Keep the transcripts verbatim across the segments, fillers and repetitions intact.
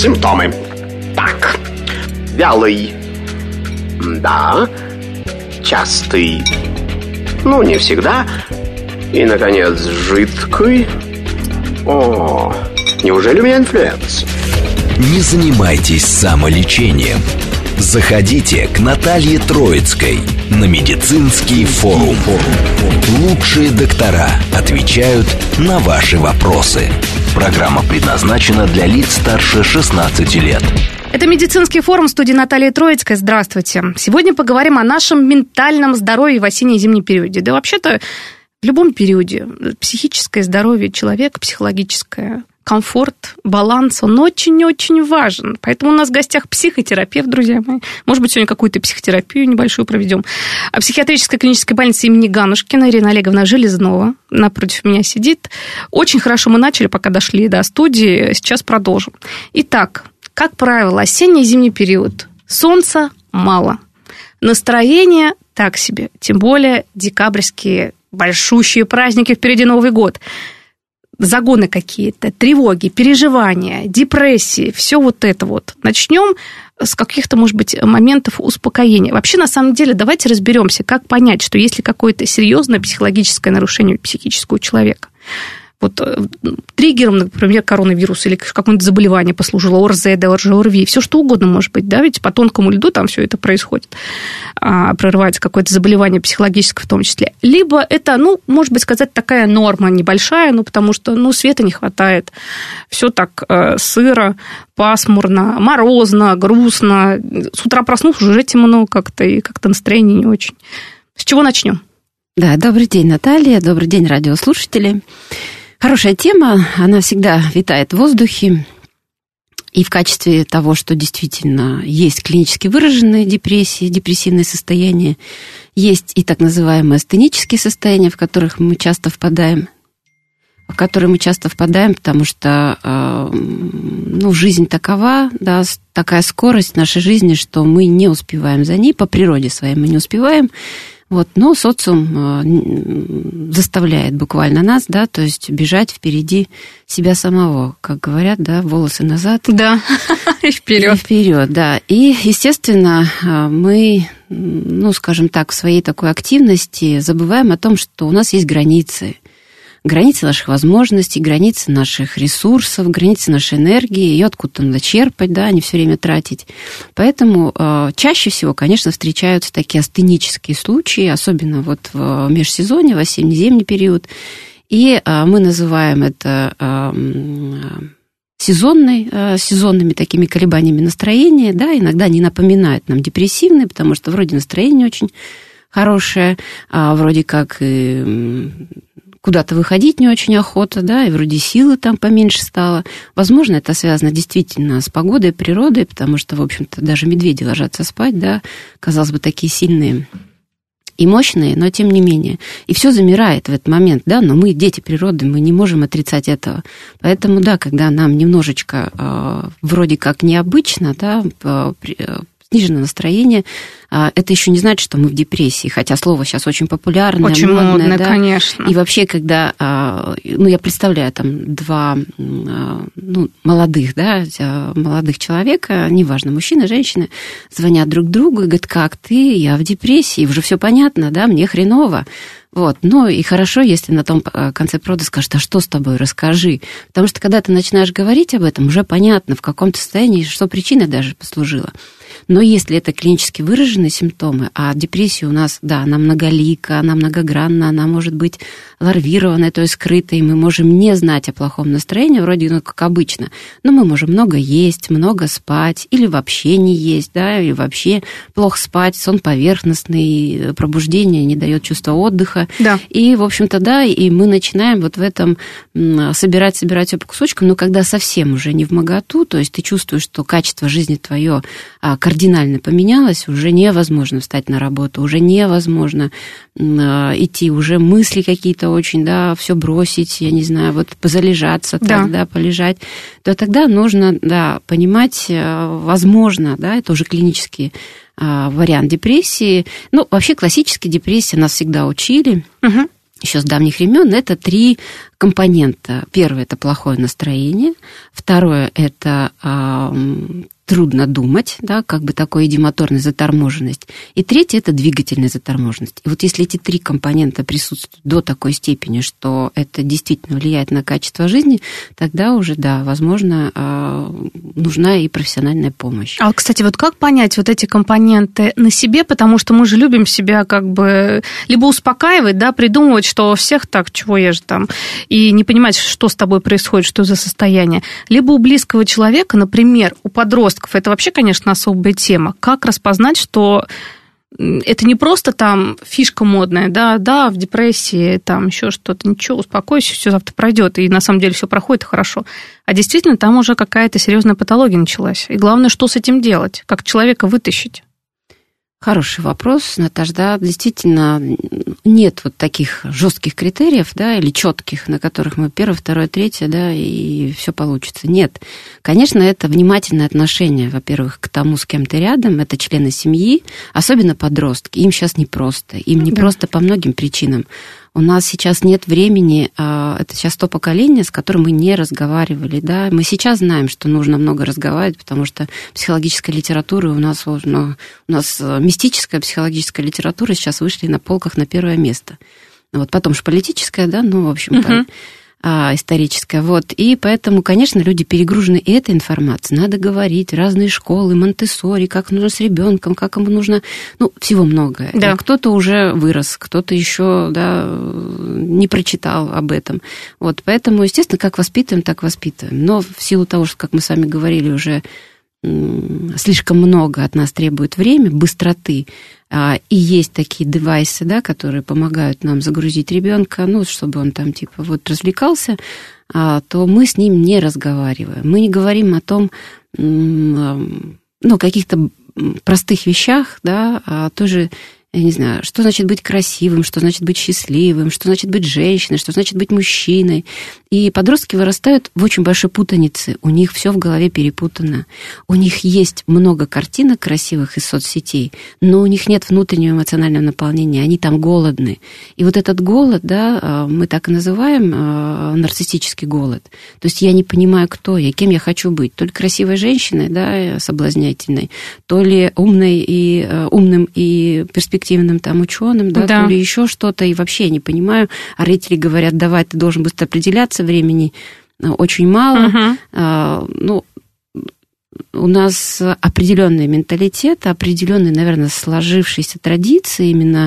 Симптомы. Так, вялый. Да. Частый. Ну, не всегда. И, наконец, жидкий. О, неужели у меня инфлюенс? Не занимайтесь самолечением. Заходите к Наталье Троицкой на медицинский форум. Лучшие доктора отвечают на ваши вопросы. Программа предназначена для лиц старше шестнадцати лет. Это медицинский форум, в студии Наталья Троицкая. Здравствуйте. Сегодня поговорим о нашем ментальном здоровье в осенне-зимнем периоде. Да вообще-то в любом периоде психическое здоровье человека, психологическое, комфорт, баланс, он очень-очень важен. Поэтому у нас в гостях психотерапевт, друзья мои. Может быть, сегодня какую-то психотерапию небольшую проведем. А психиатрической клинической больницы имени Ганушкина Ирина Олеговна Железнова напротив меня сидит. Очень хорошо мы начали, пока дошли до студии. Сейчас продолжим. Итак, как правило, осенний и зимний период. Солнца мало. Настроение так себе. Тем более декабрьские большущие праздники, впереди Новый год. Загоны какие-то, тревоги, переживания, депрессии, все вот это вот. Начнем с каких-то, может быть, моментов успокоения. Вообще, на самом деле, давайте разберемся, как понять, что если какое-то серьезное психологическое нарушение психического человека, вот триггером, например, коронавирус или какое-нибудь заболевание послужило, ОРЗ, ОРЖ-ОРВИ, все что угодно может быть, да, ведь по тонкому льду там все это происходит, прорывается какое-то заболевание психологическое в том числе. Либо это, ну, может быть, сказать, такая норма небольшая, ну, потому что, ну, света не хватает, все так сыро, пасмурно, морозно, грустно, с утра проснулся, уже темно как-то, и как-то настроение не очень. С чего начнем? Да, добрый день, Наталья, добрый день, радиослушатели. Хорошая тема, она всегда витает в воздухе. И в качестве того, что действительно есть клинически выраженные депрессии, депрессивные состояния, есть и так называемые астенические состояния, в которых мы часто впадаем, в которые мы часто впадаем, потому что ну, жизнь такова, да, такая скорость нашей жизни, что мы не успеваем за ней, по природе своей мы не успеваем. Вот, но социум заставляет буквально нас, да, то есть бежать впереди себя самого, как говорят, да, волосы назад. Да, и вперед. И вперед, да. И, естественно, мы, ну, скажем так, в своей такой активности забываем о том, что у нас есть границы. Границы наших возможностей, границы наших ресурсов, границы нашей энергии, ее откуда-то надо черпать, да, не все время тратить. Поэтому э, чаще всего, конечно, встречаются такие астенические случаи, особенно вот в межсезонье, в осенне-зимний период. И э, мы называем это э, сезонной, э, сезонными такими колебаниями настроения, да, иногда они напоминают нам депрессивные, потому что вроде настроение очень хорошее, а вроде как и куда-то выходить не очень охота, да, и вроде силы там поменьше стало. Возможно, это связано действительно с погодой, природой, потому что, в общем-то, даже медведи ложатся спать, да, казалось бы, такие сильные и мощные, но тем не менее. И все замирает в этот момент, да, но мы дети природы, мы не можем отрицать этого. Поэтому, да, когда нам немножечко э, вроде как необычно, да, э, сниженное настроение, это еще не значит, что мы в депрессии, хотя слово сейчас очень популярное, очень модное, модное, да? Конечно. И вообще, когда, ну, я представляю там два, ну, молодых, да, молодых человека, неважно, мужчина, женщина, звонят друг другу и говорят: как ты? Я в депрессии, уже все понятно, да, мне хреново. Вот. Ну, и хорошо, если на том конце провода скажут: а что с тобой, расскажи. Потому что, когда ты начинаешь говорить об этом, уже понятно, в каком-то состоянии, что причина даже послужила. Но если это клинически выраженные симптомы, а депрессия у нас, да, она многолика, она многогранна, она может быть ларвированная, то есть скрытой, мы можем не знать о плохом настроении, вроде, ну, как обычно, но мы можем много есть, много спать, или вообще не есть, да, или вообще плохо спать, сон поверхностный, пробуждение не дает чувства отдыха. Да. И, в общем-то, да, и мы начинаем вот в этом собирать, собирать все по кусочкам, но когда совсем уже не вмоготу, то есть ты чувствуешь, что качество жизни твое кардинально поменялось, уже невозможно встать на работу, уже невозможно идти, уже мысли какие-то очень, да, все бросить, я не знаю, вот позалежаться, да. так, да, полежать, то тогда нужно, да, понимать, возможно, да, это уже клинический вариант депрессии. Ну, вообще классические депрессии нас всегда учили. Угу. еще с давних времен, это три компонента. Первое – это плохое настроение. Второе – это э, трудно думать, да, как бы такой идиомоторная заторможенность. И третье – это двигательная заторможенность. И вот если эти три компонента присутствуют до такой степени, что это действительно влияет на качество жизни, тогда уже, да, возможно, э, нужна и профессиональная помощь. А, кстати, вот как понять вот эти компоненты на себе, потому что мы же любим себя как бы либо успокаивать, да, придумывать, что у всех так, чего я же там, и не понимать, что с тобой происходит, что за состояние. Либо у близкого человека, например, у подростков, это вообще, конечно, особая тема, как распознать, что это не просто там фишка модная, да, да, в депрессии, там еще что-то, ничего, успокойся, все завтра пройдет, и на самом деле все проходит хорошо. А действительно, там уже какая-то серьезная патология началась. И главное, что с этим делать, как человека вытащить. Хороший вопрос, Наташа, да, действительно, нет вот таких жестких критериев, да, или четких, на которых мы первое, второе, третье, да, и все получится. Нет. Конечно, это внимательное отношение, во-первых, к тому, с кем ты рядом, это члены семьи, особенно подростки. Им сейчас непросто, им непросто по многим причинам. У нас сейчас нет времени, это сейчас то поколение, с которым мы не разговаривали, да, мы сейчас знаем, что нужно много разговаривать, потому что психологическая литература у нас, у нас мистическая психологическая литература сейчас вышли на полках на первое место. Вот потом же политическая, да, ну, в общем-то, uh-huh. историческая, вот, и поэтому, конечно, люди перегружены этой информацией, надо говорить, разные школы, Монтессори, как нужно с ребенком, как ему нужно, ну, всего многое. Да. Кто-то уже вырос, кто-то еще, да, не прочитал об этом, вот, поэтому, естественно, как воспитываем, так воспитываем, но в силу того, что, как мы с вами говорили, уже слишком много от нас требует время, быстроты, и есть такие девайсы, да, которые помогают нам загрузить ребенка, ну, чтобы он там типа вот развлекался, то мы с ним не разговариваем. Мы не говорим о том, ну, каких-то простых вещах, да, а тоже, я не знаю, что значит быть красивым, что значит быть счастливым, что значит быть женщиной, что значит быть мужчиной. И подростки вырастают в очень большой путанице, у них все в голове перепутано. У них есть много картинок красивых из соцсетей, но у них нет внутреннего эмоционального наполнения, они там голодны. И вот этот голод, да, мы так и называем нарциссический голод. То есть я не понимаю, кто я, кем я хочу быть. То ли красивой женщиной, да, соблазнительной, то ли умной и, умным и перспективным там ученым, да, да. то ли еще что-то, и вообще я не понимаю. А родители говорят, давай, ты должен быстро определяться, времени очень мало. Uh-huh. А, ну, у нас определенный менталитет, определенные, наверное, сложившиеся традиции именно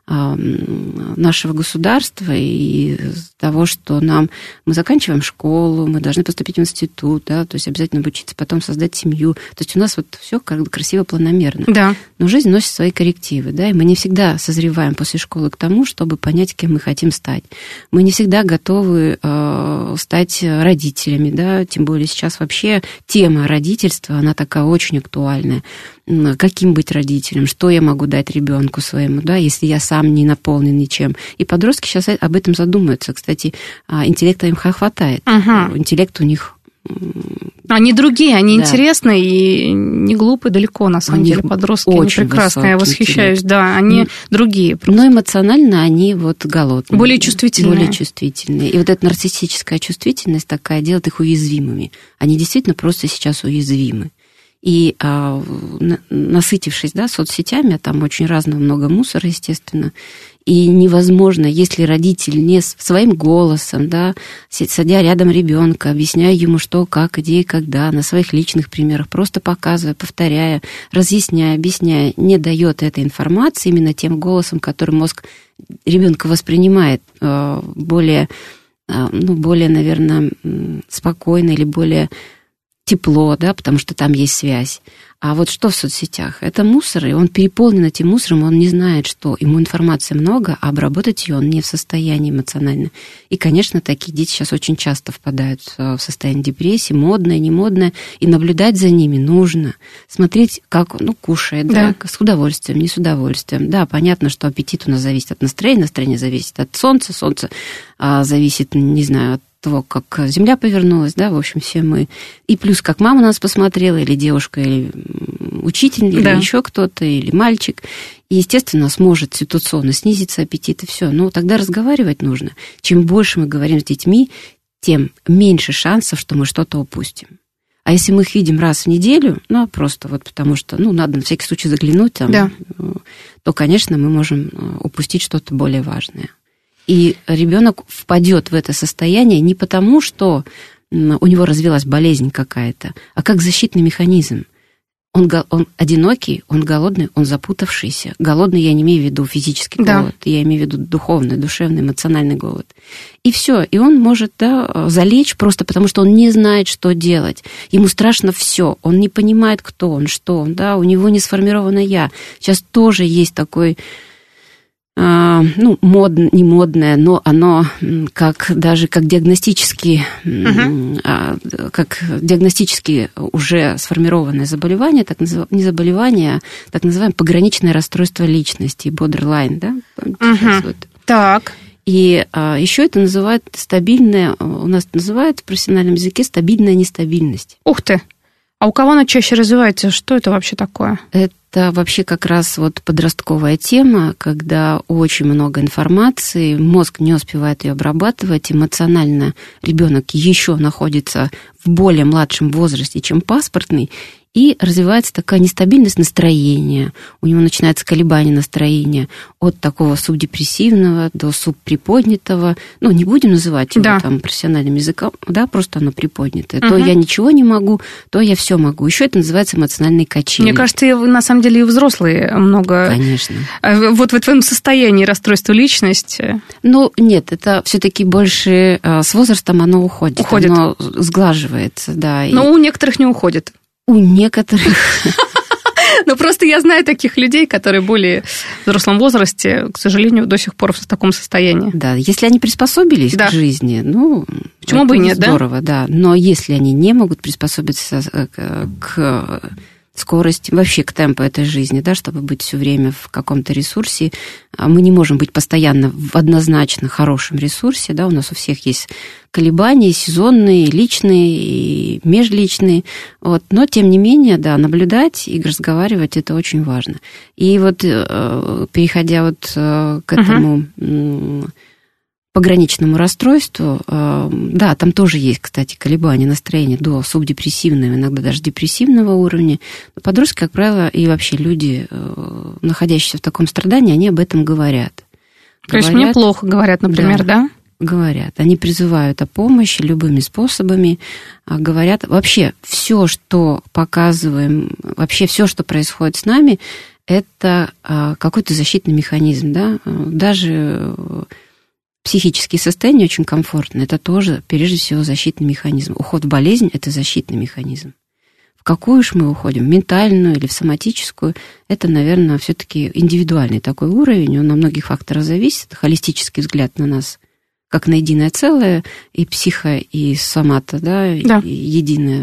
нашего государства и того, что нам мы заканчиваем школу, мы должны поступить в институт, да, то есть обязательно обучиться, потом создать семью. То есть у нас вот все как бы красиво, планомерно. Да. Но жизнь носит свои коррективы, да, и мы не всегда созреваем после школы к тому, чтобы понять, кем мы хотим стать. Мы не всегда готовы э, стать родителями, да, тем более сейчас вообще тема родительства, она такая очень актуальная. Каким быть родителем, что я могу дать ребенку своему, да, если я сам не наполнен ничем. И подростки сейчас об этом задумаются. Кстати, интеллекта им хватает. Ага. Интеллект у них... Они другие, они да. интересные и не глупые далеко, на самом деле, подростки. Они прекрасные, я восхищаюсь, интеллект. Да, они ну, другие. Просто. Но эмоционально они вот голодные. Более чувствительные. Более чувствительные. И вот эта нарциссическая чувствительность такая делает их уязвимыми. Они действительно просто сейчас уязвимы. И а, насытившись, да, соцсетями, там очень разного много мусора, естественно, и невозможно, если родитель не своим голосом, да, садя рядом ребенка, объясняя ему, что, как, где и когда, на своих личных примерах, просто показывая, повторяя, разъясняя, объясняя, не дает этой информации именно тем голосом, который мозг ребенка воспринимает более, ну, более, наверное, спокойно или более тепло, да, потому что там есть связь. А вот что в соцсетях? Это мусор, и он переполнен этим мусором, он не знает, что. Ему информации много, а обработать ее он не в состоянии эмоционально. И, конечно, такие дети сейчас очень часто впадают в состояние депрессии, модное, не модное, и наблюдать за ними нужно. Смотреть, как он, ну, кушает, да. Да, с удовольствием, не с удовольствием. Да, понятно, что аппетит у нас зависит от настроения, настроение зависит от солнца, солнце а, зависит, не знаю, от того, как Земля повернулась, да, в общем, все мы. И плюс, как мама нас посмотрела, или девушка, или учитель или да. еще кто-то, или мальчик. И, естественно, сможет ситуационно снизиться аппетит, и все. Но тогда разговаривать нужно. Чем больше мы говорим с детьми, тем меньше шансов, что мы что-то упустим. А если мы их видим раз в неделю, ну, просто вот потому что, ну, надо на всякий случай заглянуть там, да. то, конечно, мы можем упустить что-то более важное. И ребенок впадет в это состояние не потому, что у него развилась болезнь какая-то, а как защитный механизм. Он, он одинокий, он голодный, он запутавшийся. Голодный я не имею в виду физический да. голод, я имею в виду духовный, душевный, эмоциональный голод. И все, и он может, да, залечь просто потому, что он не знает, что делать. Ему страшно все, он не понимает, кто он, что он, да, у него не сформировано я. Сейчас тоже есть такой... ну, мод, не модное, но оно как, даже как диагностически, uh-huh. как диагностически уже сформированное заболевание, так назыв... не заболевание, а так называемое пограничное расстройство личности, borderline, да? Uh-huh. Вот. Так. И а, еще это называют стабильное, у нас называют в профессиональном языке стабильная нестабильность. Ух ты! А у кого она чаще развивается? Что это вообще такое? Это вообще как раз вот подростковая тема, когда очень много информации, мозг не успевает ее обрабатывать, эмоционально ребенок еще находится в более младшем возрасте, чем паспортный, и развивается такая нестабильность настроения. У него начинается колебание настроения от такого субдепрессивного до субприподнятого. Ну, не будем называть его да. там профессиональным языком, да, просто оно приподнятое. Угу. То я ничего не могу, то я все могу. Еще это называется эмоциональные качели. Мне кажется, и, на самом деле и взрослые много... Конечно. Вот в твоем состоянии расстройства личности... Ну, нет, это все-таки больше с возрастом оно уходит. Уходит. Оно сглаживается, да. Но и... у некоторых не уходит. У некоторых. Ну, просто я знаю таких людей, которые более в взрослом возрасте, к сожалению, до сих пор в таком состоянии. Да, если они приспособились да. к жизни, ну, почему бы и нет, здорово, да? да. Но если они не могут приспособиться к скорости, вообще к темпу этой жизни, да, чтобы быть все время в каком-то ресурсе, мы не можем быть постоянно в однозначно хорошем ресурсе, да, у нас у всех есть колебания сезонные, личные и межличные, вот, но тем не менее, да, наблюдать и разговаривать это очень важно. И вот переходя вот к этому uh-huh. пограничному расстройству, да, там тоже есть, кстати, колебания настроения до субдепрессивного, иногда даже депрессивного уровня. Но подростки, как правило, и вообще люди, находящиеся в таком страдании, они об этом говорят. То есть мне плохо, говорят, например, да? да? Говорят. Они призывают о помощи любыми способами, говорят. Вообще, все, что показываем, вообще все, что происходит с нами, это какой-то защитный механизм, да? Даже психические состояния очень комфортные. Это тоже, прежде всего, защитный механизм. Уход в болезнь – это защитный механизм. В какую уж мы уходим, в ментальную или в соматическую, это, наверное, все-таки индивидуальный такой уровень, он на многих факторах зависит, холистический взгляд на нас, как на единое целое, и психо, и сомата, да, да. И единое.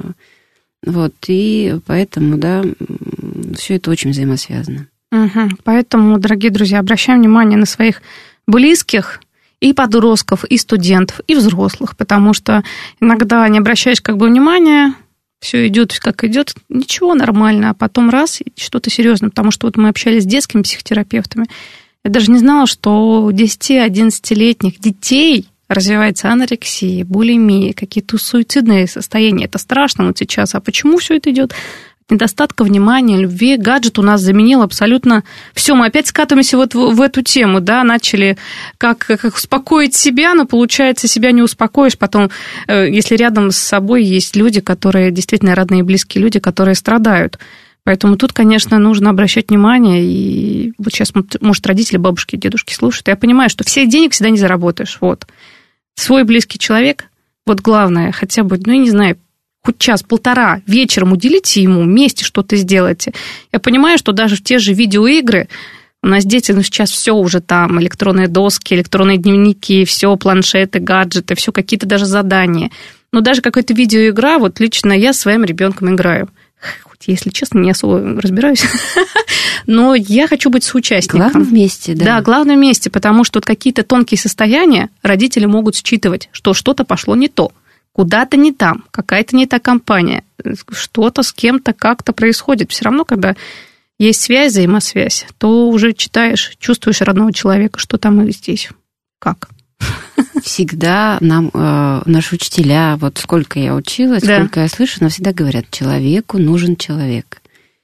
Вот, и поэтому, да, все это очень взаимосвязано. Угу. Поэтому, дорогие друзья, обращаем внимание на своих близких, и подростков, и студентов, и взрослых, потому что иногда не обращаешь как бы внимания, все идет как идет, ничего, нормально, а потом раз, что-то серьезное, потому что вот мы общались с детскими психотерапевтами, я даже не знала, что у десяти-одиннадцатилетних детей развивается анорексия, булимия, какие-то суицидные состояния. Это страшно вот сейчас. А почему все это идет? Недостатка внимания, любви. Гаджет у нас заменил абсолютно все. Мы опять скатываемся вот в, в эту тему, да, начали как, как успокоить себя, но, получается, себя не успокоишь. Потом, если рядом с собой есть люди, которые действительно родные и близкие люди, которые страдают. Поэтому тут, конечно, нужно обращать внимание. И вот сейчас, может, родители, бабушки, дедушки слушают. Я понимаю, что всех денег всегда не заработаешь. Вот. Свой близкий человек, вот главное, хотя бы, ну, я не знаю, хоть час-полтора вечером уделите ему, вместе что-то сделайте. Я понимаю, что даже в те же видеоигры, у нас дети, ну, сейчас все уже там, электронные доски, электронные дневники, все, планшеты, гаджеты, все какие-то даже задания. Но даже какая-то видеоигра, вот лично я с своим ребенком играю. Хоть, если честно, не особо разбираюсь, но я хочу быть соучастником. Главное вместе, да. Да, главное вместе, потому что вот какие-то тонкие состояния родители могут считывать, что что-то пошло не то. Куда-то не там, какая-то не та компания, что-то с кем-то как-то происходит. Все равно, когда есть связь, взаимосвязь, то уже читаешь, чувствуешь родного человека, что там и здесь. Как? Всегда нам э, наши учителя, вот сколько я училась, да. сколько я слышу, нам всегда говорят, человеку нужен человек.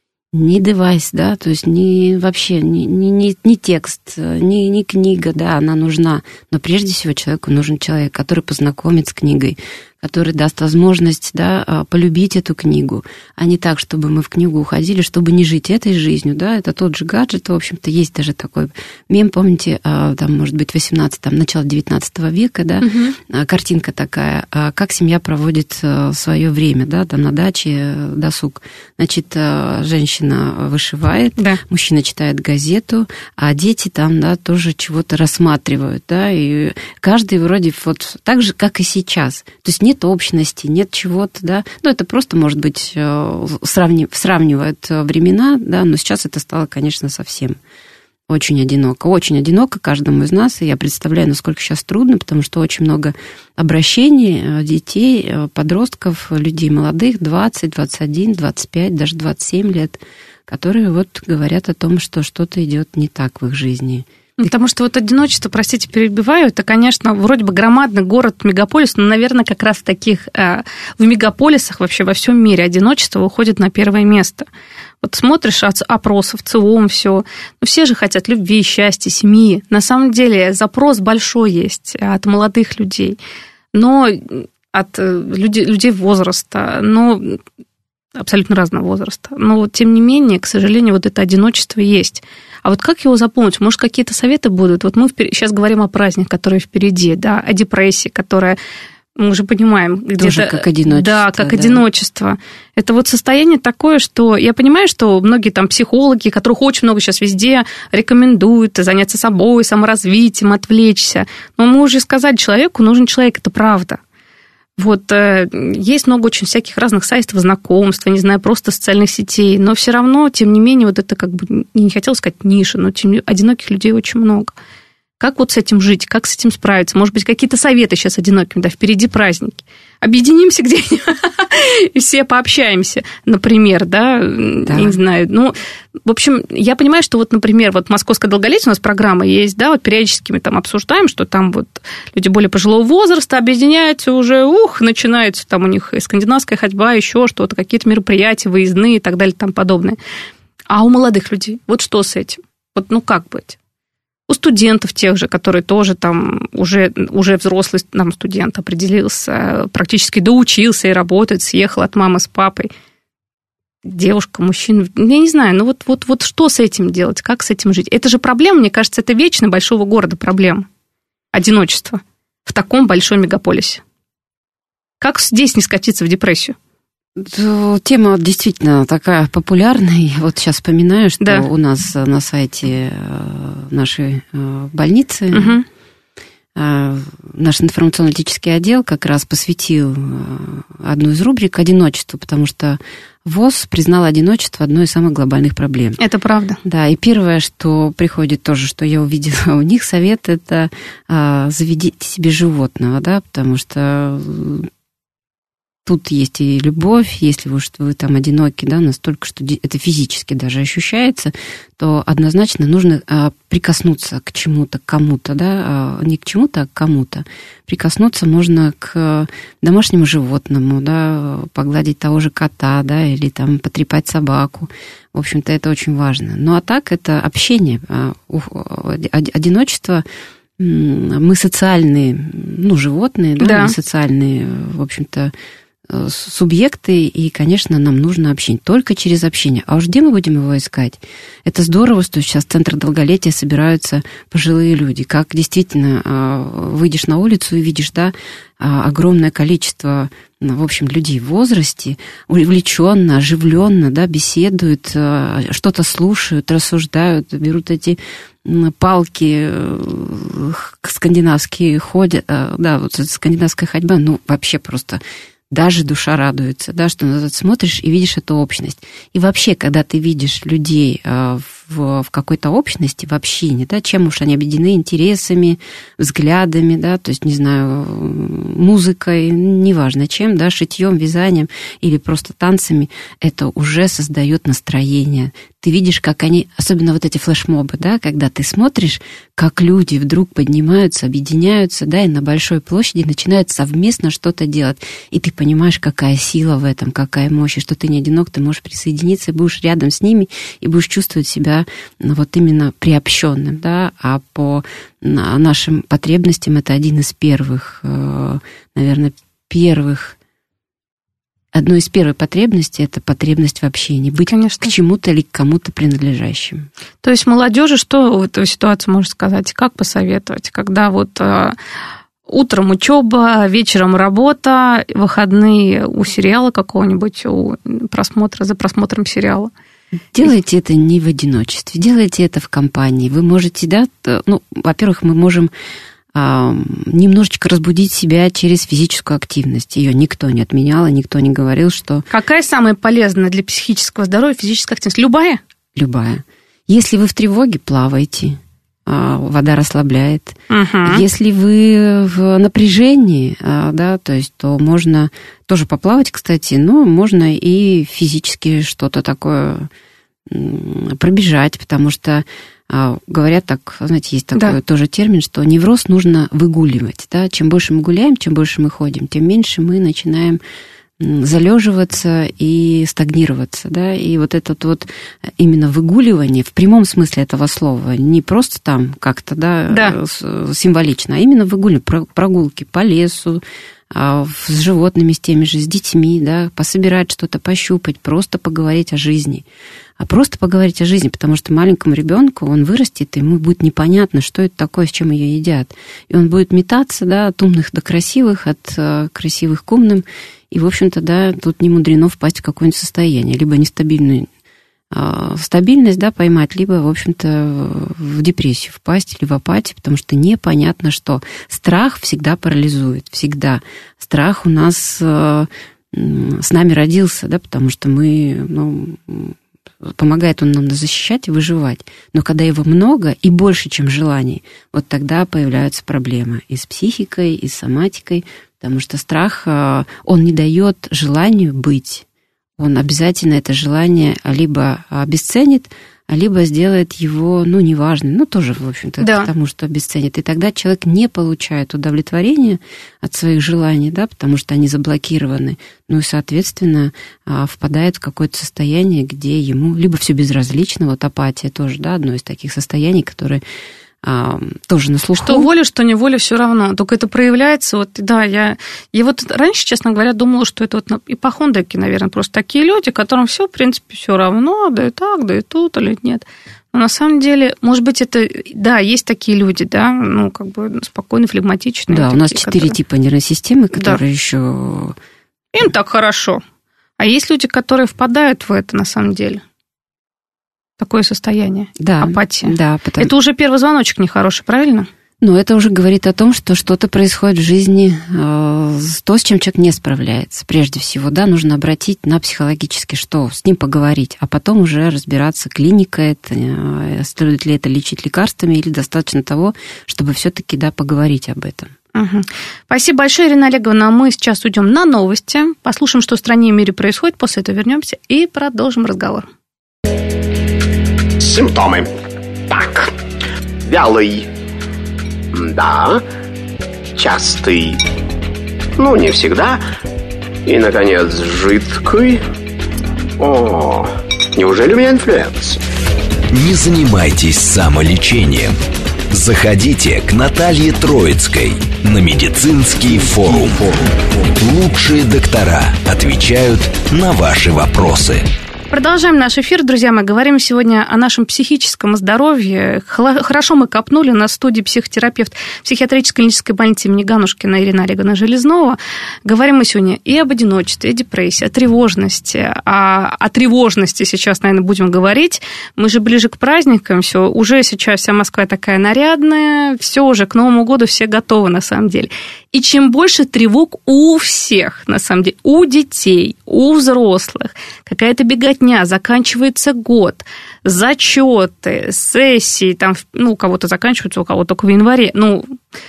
Не девайс, да, то есть не вообще не, не, не, не текст, не, не книга, да, она нужна. Но прежде всего человеку нужен человек, который познакомит с книгой, который даст возможность, да, полюбить эту книгу, а не так, чтобы мы в книгу уходили, чтобы не жить этой жизнью, да, это тот же гаджет, в общем-то, есть даже такой мем, помните, там, может быть, восемнадцатого, там, начало девятнадцатого века, да, угу. картинка такая, как семья проводит свое время, да, там, на даче, досуг. Значит, женщина вышивает, да. мужчина читает газету, а дети там, да, тоже чего-то рассматривают, да, и каждый вроде вот так же, как и сейчас. То есть нет общности, нет чего-то, да. Ну, это просто, может быть, сравнив, сравнивают времена, да, но сейчас это стало, конечно, совсем очень одиноко. Очень одиноко каждому из нас, и я представляю, насколько сейчас трудно, потому что очень много обращений детей, подростков, людей молодых, двадцать, двадцать один, двадцать пять, даже двадцать семь лет, которые вот говорят о том, что что-то идет не так в их жизни. Потому что вот одиночество, простите, перебиваю, это, конечно, вроде бы громадный город, мегаполис, но, наверное, как раз в таких, в мегаполисах вообще во всем мире одиночество выходит на первое место. Вот смотришь опросы в ЦИОМ, все, ну, все же хотят любви, счастья, семьи. На самом деле запрос большой есть от молодых людей, но от людей, людей возраста, но абсолютно разного возраста. Но, тем не менее, к сожалению, вот это одиночество есть. А вот как его заполнить? Может, какие-то советы будут? Вот мы сейчас говорим о праздниках, которые впереди, да, о депрессии, которая, мы уже понимаем, где-то... Тоже как одиночество. Да, как да. одиночество. Это вот состояние такое, что я понимаю, что многие там психологи, которых очень много сейчас везде, рекомендуют заняться собой, саморазвитием, отвлечься. Но мы уже сказали, человеку нужен человек, это правда. Вот есть много очень всяких разных сайтов знакомств, не знаю, просто социальных сетей, но все равно, тем не менее, вот это как бы, не хотела сказать ниша, но тем, одиноких людей очень много. Как вот с этим жить, как с этим справиться? Может быть, какие-то советы сейчас одиноким, да, впереди праздники. Объединимся где-нибудь и все пообщаемся, например, да, да, не знаю. Ну, в общем, я понимаю, что вот, например, вот «Московское долголетие» у нас программа есть, да, вот периодически мы там обсуждаем, что там вот люди более пожилого возраста объединяются уже, ух, начинается там у них и скандинавская ходьба, еще что-то, какие-то мероприятия, выездные и так далее и тому подобное. А у молодых людей вот что с этим? Вот, ну, как быть? У студентов тех же, которые тоже там уже, уже взрослый нам студент определился, практически доучился и работает, съехал от мамы с папой. Девушка, мужчина, я не знаю, ну вот, вот, вот что с этим делать, как с этим жить? Это же проблема, мне кажется, это вечно большого города проблема. Одиночество в таком большом мегаполисе. Как здесь не скатиться в депрессию? Тема действительно такая популярная. Вот сейчас вспоминаю, что да. у нас на сайте нашей больницы угу. наш информационно-аналитический отдел как раз посвятил одну из рубрик одиночеству, потому что ВОЗ признал одиночество одной из самых глобальных проблем. Это правда. Да, и первое, что приходит тоже, что я увидела у них, совет, это заведите себе животного, да, потому что тут есть и любовь, если вы, что вы там одиноки, да, настолько, что это физически даже ощущается, то однозначно нужно прикоснуться к чему-то, к кому-то, да, не к чему-то, а к кому-то. Прикоснуться можно к домашнему животному, да, погладить того же кота, да, или там потрепать собаку. В общем-то, это очень важно. Ну, а так это общение, одиночество. Мы социальные, ну, животные, да, да. мы социальные, в общем-то, субъекты, и, конечно, нам нужно общение. Только через общение. А уж где мы будем его искать? Это здорово, что сейчас в Центр долголетия собираются пожилые люди. Как действительно выйдешь на улицу и видишь, да, огромное количество, в общем, людей в возрасте, увлеченно, оживленно, да, беседуют, что-то слушают, рассуждают, берут эти палки скандинавские, ходят, да, вот скандинавская ходьба, ну, вообще просто даже душа радуется, да, что ты смотришь и видишь эту общность. И вообще, когда ты видишь людей в в, в какой-то общности, в общине, да, чем уж они объединены интересами, взглядами, да, то есть, не знаю, музыкой, неважно чем, да, шитьем, вязанием или просто танцами, это уже создает настроение. Ты видишь, как они, особенно вот эти флешмобы, да, когда ты смотришь, как люди вдруг поднимаются, объединяются, да, и на большой площади начинают совместно что-то делать. И ты понимаешь, какая сила в этом, какая мощь, и что ты не одинок, ты можешь присоединиться, и будешь рядом с ними, и будешь чувствовать себя вот именно приобщенным, да, а по нашим потребностям это один из первых, наверное, первых Одной из первых потребностей – это потребность в общении, быть Конечно. К чему-то или к кому-то принадлежащим. То есть молодежи что в этой ситуации можно сказать? Как посоветовать, когда вот э, утром учеба, вечером работа, выходные у сериала какого-нибудь, у просмотра, за просмотром сериала? Делайте это не в одиночестве, делайте это в компании. Вы можете, да, ну, во-первых, мы можем немножечко разбудить себя через физическую активность. Ее никто не отменял, и никто не говорил, что... Какая самая полезная для психического здоровья физическая активность? Любая? Любая. Если вы в тревоге, плавайте. Вода расслабляет. Угу. Если вы в напряжении, да, то есть, то можно тоже поплавать, кстати, но можно и физически что-то такое пробежать, потому что говорят так, знаете, есть такой да. тоже термин, что невроз нужно выгуливать. Да? Чем больше мы гуляем, чем больше мы ходим, тем меньше мы начинаем залеживаться и стагнироваться. Да? И вот это вот именно выгуливание в прямом смысле этого слова, не просто там как-то да, да. символично, а именно выгуливание, прогулки по лесу, с животными, с теми же, с детьми, да, пособирать что-то, пощупать, просто поговорить о жизни. А просто поговорить о жизни, потому что маленькому ребенку он вырастет, и ему будет непонятно, что это такое, с чем ее едят. И он будет метаться, да, от умных до красивых, от э, красивых к умным. И, в общем-то, да, тут не мудрено впасть в какое-нибудь состояние, либо нестабильную э, стабильность, да, поймать, либо, в общем-то, в депрессию впасть или в апатию, потому что непонятно что. Страх всегда парализует, всегда. Страх у нас э, с нами родился, да, потому что мы, ну, помогает он нам защищать и выживать. Но когда его много и больше, чем желаний, вот тогда появляются проблемы и с психикой, и с соматикой, потому что страх, он не дает желанию быть. Он обязательно это желание либо обесценит, либо сделает его, ну, неважным, ну, тоже, в общем-то, да. потому что обесценит. И тогда человек не получает удовлетворения от своих желаний, да, потому что они заблокированы. Ну, и, соответственно, впадает в какое-то состояние, где ему либо все безразлично, вот апатия тоже, да, одно из таких состояний, которые а, тоже на слуху. Что воля, что неволя, все равно. Только это проявляется. Вот, да, я, я вот раньше, честно говоря, думала, что это вот ипохондрики, наверное, просто такие люди, которым все, в принципе, все равно, да и так, да и тут, или нет. Но на самом деле, может быть, это, да, есть такие люди, да, ну, как бы спокойно, флегматичные. Да, такие, у нас четыре которые... типа нервной системы, которые да. еще... Им так хорошо. А есть люди, которые впадают в это, на самом деле. Такое состояние, да, апатия. Да, потому... Это уже первый звоночек нехороший, правильно? Ну, это уже говорит о том, что что-то происходит в жизни, э, то, с чем человек не справляется. Прежде всего, да, нужно обратить на психологически, что с ним поговорить, а потом уже разбираться, клиника это, э, стоит ли это лечить лекарствами, или достаточно того, чтобы все-таки, да, поговорить об этом. Угу. Спасибо большое, Ирина Олеговна. Мы сейчас уйдем на новости, послушаем, что в стране и мире происходит, после этого вернемся и продолжим разговор. Симптомы. Так, вялый. Да. Частый. Ну, не всегда. И, наконец, жидкий. О, неужели у меня инфлюенс? Не занимайтесь самолечением. Заходите к Наталье Троицкой на медицинский форум. Лучшие доктора отвечают на ваши вопросы. Продолжаем наш эфир, друзья мои. Говорим сегодня о нашем психическом здоровье. Хорошо мы копнули. У нас в студии психотерапевт психиатрической клинической больницы имени Ганушкина Ирина Олеговна Железнова. Говорим мы сегодня и об одиночестве, и о депрессии, о тревожности. А о тревожности сейчас, наверное, будем говорить. Мы же ближе к праздникам. Все, уже сейчас вся Москва такая нарядная. Все уже к Новому году все готовы, на самом деле. И чем больше тревог у всех, на самом деле, у детей, у взрослых, какая-то беготня, заканчивается год, зачеты, сессии, там, ну, у кого-то заканчиваются, у кого-то только в январе, ну,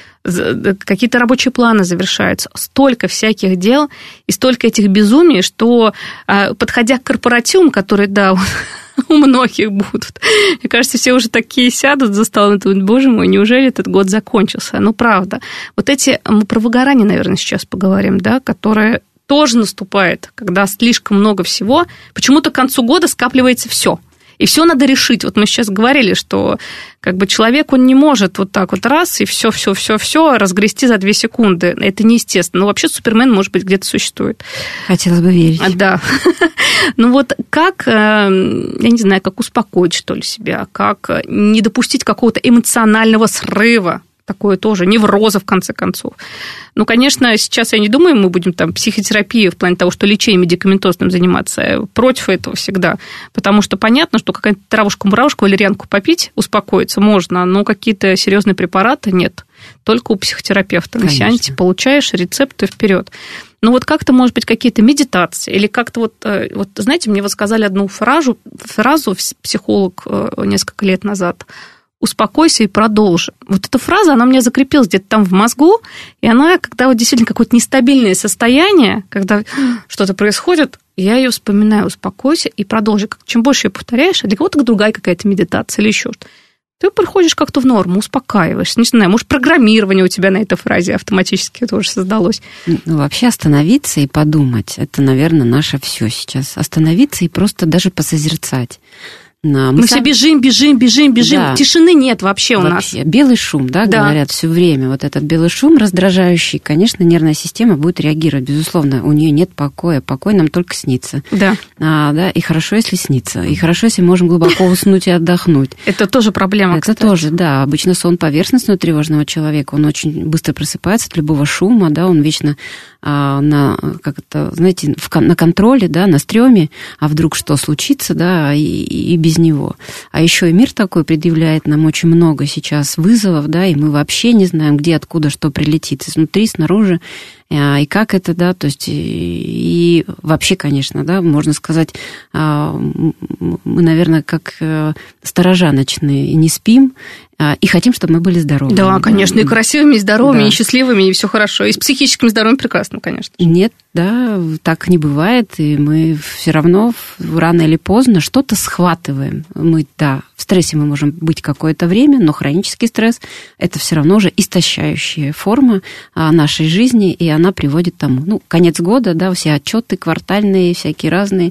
какие-то рабочие планы завершаются. Столько всяких дел и столько этих безумий, что, подходя к корпоративам, которые, да, у многих будут, мне кажется, все уже такие сядут за столом и думают, боже мой, неужели этот год закончился? Ну, правда. Вот эти, мы про выгорание, наверное, сейчас поговорим, да, которое тоже наступает, когда слишком много всего, почему-то к концу года скапливается все. И все надо решить. Вот мы сейчас говорили, что как бы человек, он не может вот так вот раз и все, все, все, все разгрести за две секунды. Это неестественно. Ну, вообще Супермен, может быть, где-то существует. Хотелось бы верить. Да. Ну вот как, я не знаю, как успокоить, что ли, себя, как не допустить какого-то эмоционального срыва. Такое тоже, невроза, в конце концов. Ну, конечно, сейчас я не думаю, мы будем там психотерапией в плане того, что лечением медикаментозным заниматься. Я против этого всегда. Потому что понятно, что какая-то травушку-муравушку, валерьянку попить, успокоиться можно, но какие-то серьезные препараты нет. Только у психотерапевта. На сеансе получаешь рецепты вперед. Ну, вот как-то, может быть, какие-то медитации, или как-то вот, вот знаете, мне вот сказали одну фразу, фразу психолог несколько лет назад – успокойся и продолжи. Вот эта фраза, она у меня закрепилась где-то там в мозгу, и она, когда вот действительно какое-то нестабильное состояние, когда что-то происходит, я ее вспоминаю, успокойся и продолжи. Чем больше ее повторяешь, а для кого-то другая какая-то медитация или еще что-то, ты приходишь как-то в норму, успокаиваешься. Не знаю, может, программирование у тебя на этой фразе автоматически тоже создалось. Ну, вообще остановиться и подумать, это, наверное, наше все сейчас. Остановиться и просто даже посозерцать. Мы, Мы все бежим, бежим, бежим, бежим. Да. Тишины нет вообще у вообще. нас. Белый шум, да, да, говорят все время. Вот этот белый шум раздражающий, конечно, нервная система будет реагировать. Безусловно, у нее нет покоя. Покой нам только снится. Да. А, да. И хорошо, если снится. И хорошо, если можем глубоко уснуть и отдохнуть. Это тоже проблема, Это кстати. тоже, да. Обычно сон поверхностного тревожного человека, он очень быстро просыпается от любого шума, да, он вечно а, на, как это, знаете, в, на контроле, да, на стреме, а вдруг что случится, да, и, и без него. А еще и мир такой предъявляет нам очень много сейчас вызовов, да, и мы вообще не знаем, где, откуда, что прилетит, изнутри, снаружи, и как это, да, то есть и вообще, конечно, да, можно сказать, мы, наверное, как сторожа ночные, не спим, и хотим, чтобы мы были здоровыми. Да, конечно, и красивыми, и здоровыми, да. И счастливыми, и все хорошо. И с психическим здоровьем прекрасно, конечно. Нет, да, так не бывает, и мы все равно рано или поздно что-то схватываем. Мы, да, в стрессе мы можем быть какое-то время, но хронический стресс – это все равно уже истощающая форма нашей жизни, и она приводит к тому, ну, конец года, да, все отчеты квартальные, всякие разные,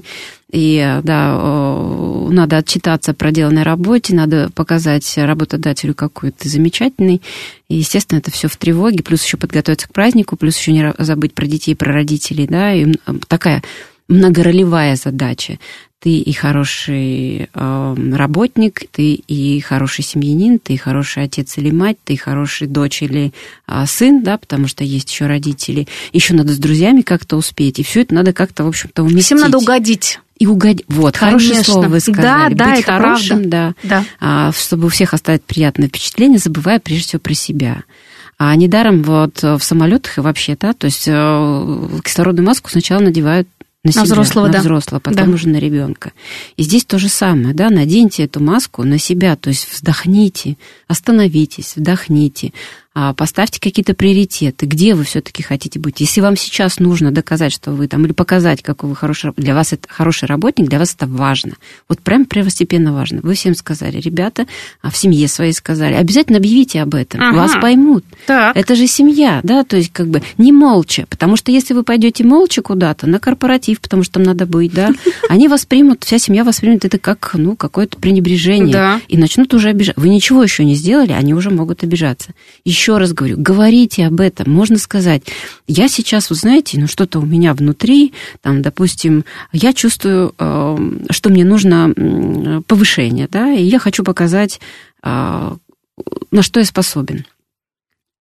и, да, надо отчитаться о проделанной работе, надо показать работодателю, какой ты замечательный. И, естественно, это все в тревоге, плюс еще подготовиться к празднику, плюс еще не забыть про детей, про родителей, да, и такая многоролевая задача. Ты и хороший э, работник, ты и хороший семьянин, ты и хороший отец или мать, ты и хороший дочь или э, сын, да, потому что есть еще родители. Еще надо с друзьями как-то успеть, и все это надо как-то, в общем-то, уместить. Всем надо угодить. И угодить. Вот, конечно. Хорошее слово вы сказали. Да, да, Быть это хорошим, да, да. А, чтобы у всех оставить приятное впечатление, забывая прежде всего про себя. А недаром вот в самолетах и вообще, да, то есть кислородную маску сначала надевают на себя, на взрослого, на да. взрослого, потом да. уже на ребенка. И здесь то же самое, да, наденьте эту маску на себя, то есть вздохните, остановитесь, вдохните, поставьте какие-то приоритеты, где вы все-таки хотите быть. Если вам сейчас нужно доказать, что вы там, или показать, какой вы хороший, для вас это хороший работник, для вас это важно. Вот прям первостепенно важно. Вы всем сказали, ребята, в семье своей сказали, обязательно объявите об этом, ага. Вас поймут. Так. Это же семья, да, то есть как бы не молча, потому что если вы пойдете молча куда-то на корпоратив, потому что там надо быть, да, они воспримут, вся семья воспримет это как, ну, какое-то пренебрежение, да. И начнут уже обижаться. Вы ничего еще не сделали, они уже могут обижаться. Еще раз говорю, говорите об этом, можно сказать, я сейчас, вы знаете, ну, что-то у меня внутри, там, допустим, я чувствую, что мне нужно повышение, да, и я хочу показать, на что я способен.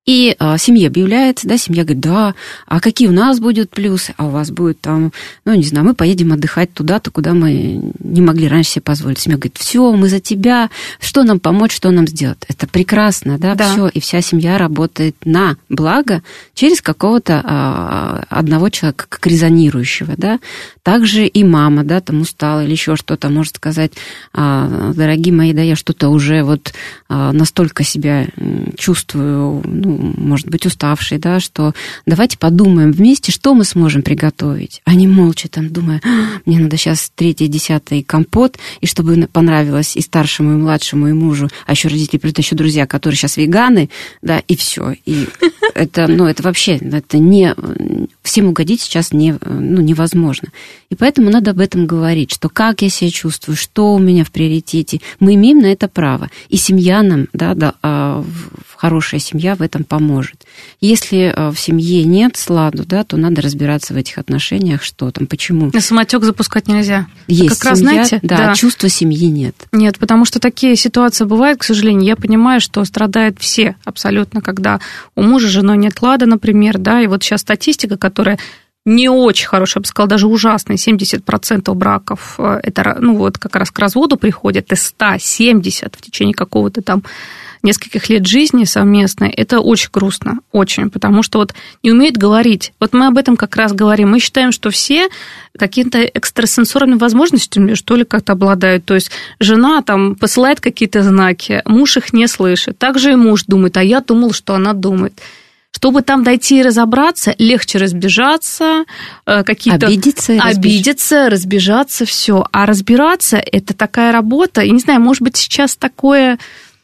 И а, семье объявляется, да, семья говорит, да, а какие у нас будут плюсы, а у вас будет там, ну, не знаю, мы поедем отдыхать туда-то, куда мы не могли раньше себе позволить. Семья говорит, все, мы за тебя, что нам помочь, что нам сделать. Это прекрасно, да, да. Все, и вся семья работает на благо через какого-то а, одного человека, как резонирующего, да. Также и мама, да, там устала или еще что-то, может сказать, а, дорогие мои, да, я что-то уже вот а, настолько себя чувствую, ну, может быть, уставшей, да, что давайте подумаем вместе, что мы сможем приготовить. Они молча там думают, мне надо сейчас третий, десятый компот, и чтобы понравилось и старшему, и младшему, и мужу, а еще родители, плюс еще друзья, которые сейчас веганы, да, и все. И это, ну, это вообще, это не, всем угодить сейчас не, ну, невозможно. И поэтому надо об этом говорить, что как я себя чувствую, что у меня в приоритете. Мы имеем на это право. И семья нам, да, да, хорошая семья в этом поможет. Если в семье нет сладу, да, то надо разбираться в этих отношениях, что там, почему. На самотек запускать нельзя. Есть как раз, семья, знаете, да, да, чувства семьи нет. Нет, потому что такие ситуации бывают, к сожалению. Я понимаю, что страдают все абсолютно, когда у мужа с женой нет лада, например, да, и вот сейчас статистика, которая не очень хорошая, я бы сказала, даже ужасная, семьдесят процентов браков, это, ну, вот как раз к разводу приходят, из ста семьдесят в течение какого-то там нескольких лет жизни совместной, это очень грустно, очень, потому что вот не умеют говорить. Вот мы об этом как раз говорим. Мы считаем, что все какими-то экстрасенсорными возможностями, что ли, как-то обладают. То есть жена там посылает какие-то знаки, муж их не слышит. Также и муж думает, а я думал, что она думает. Чтобы там дойти и разобраться, легче разбежаться, какие-то... Обидеться. Обидеться, разбежаться, все. А разбираться – это такая работа, я не знаю, может быть, сейчас такое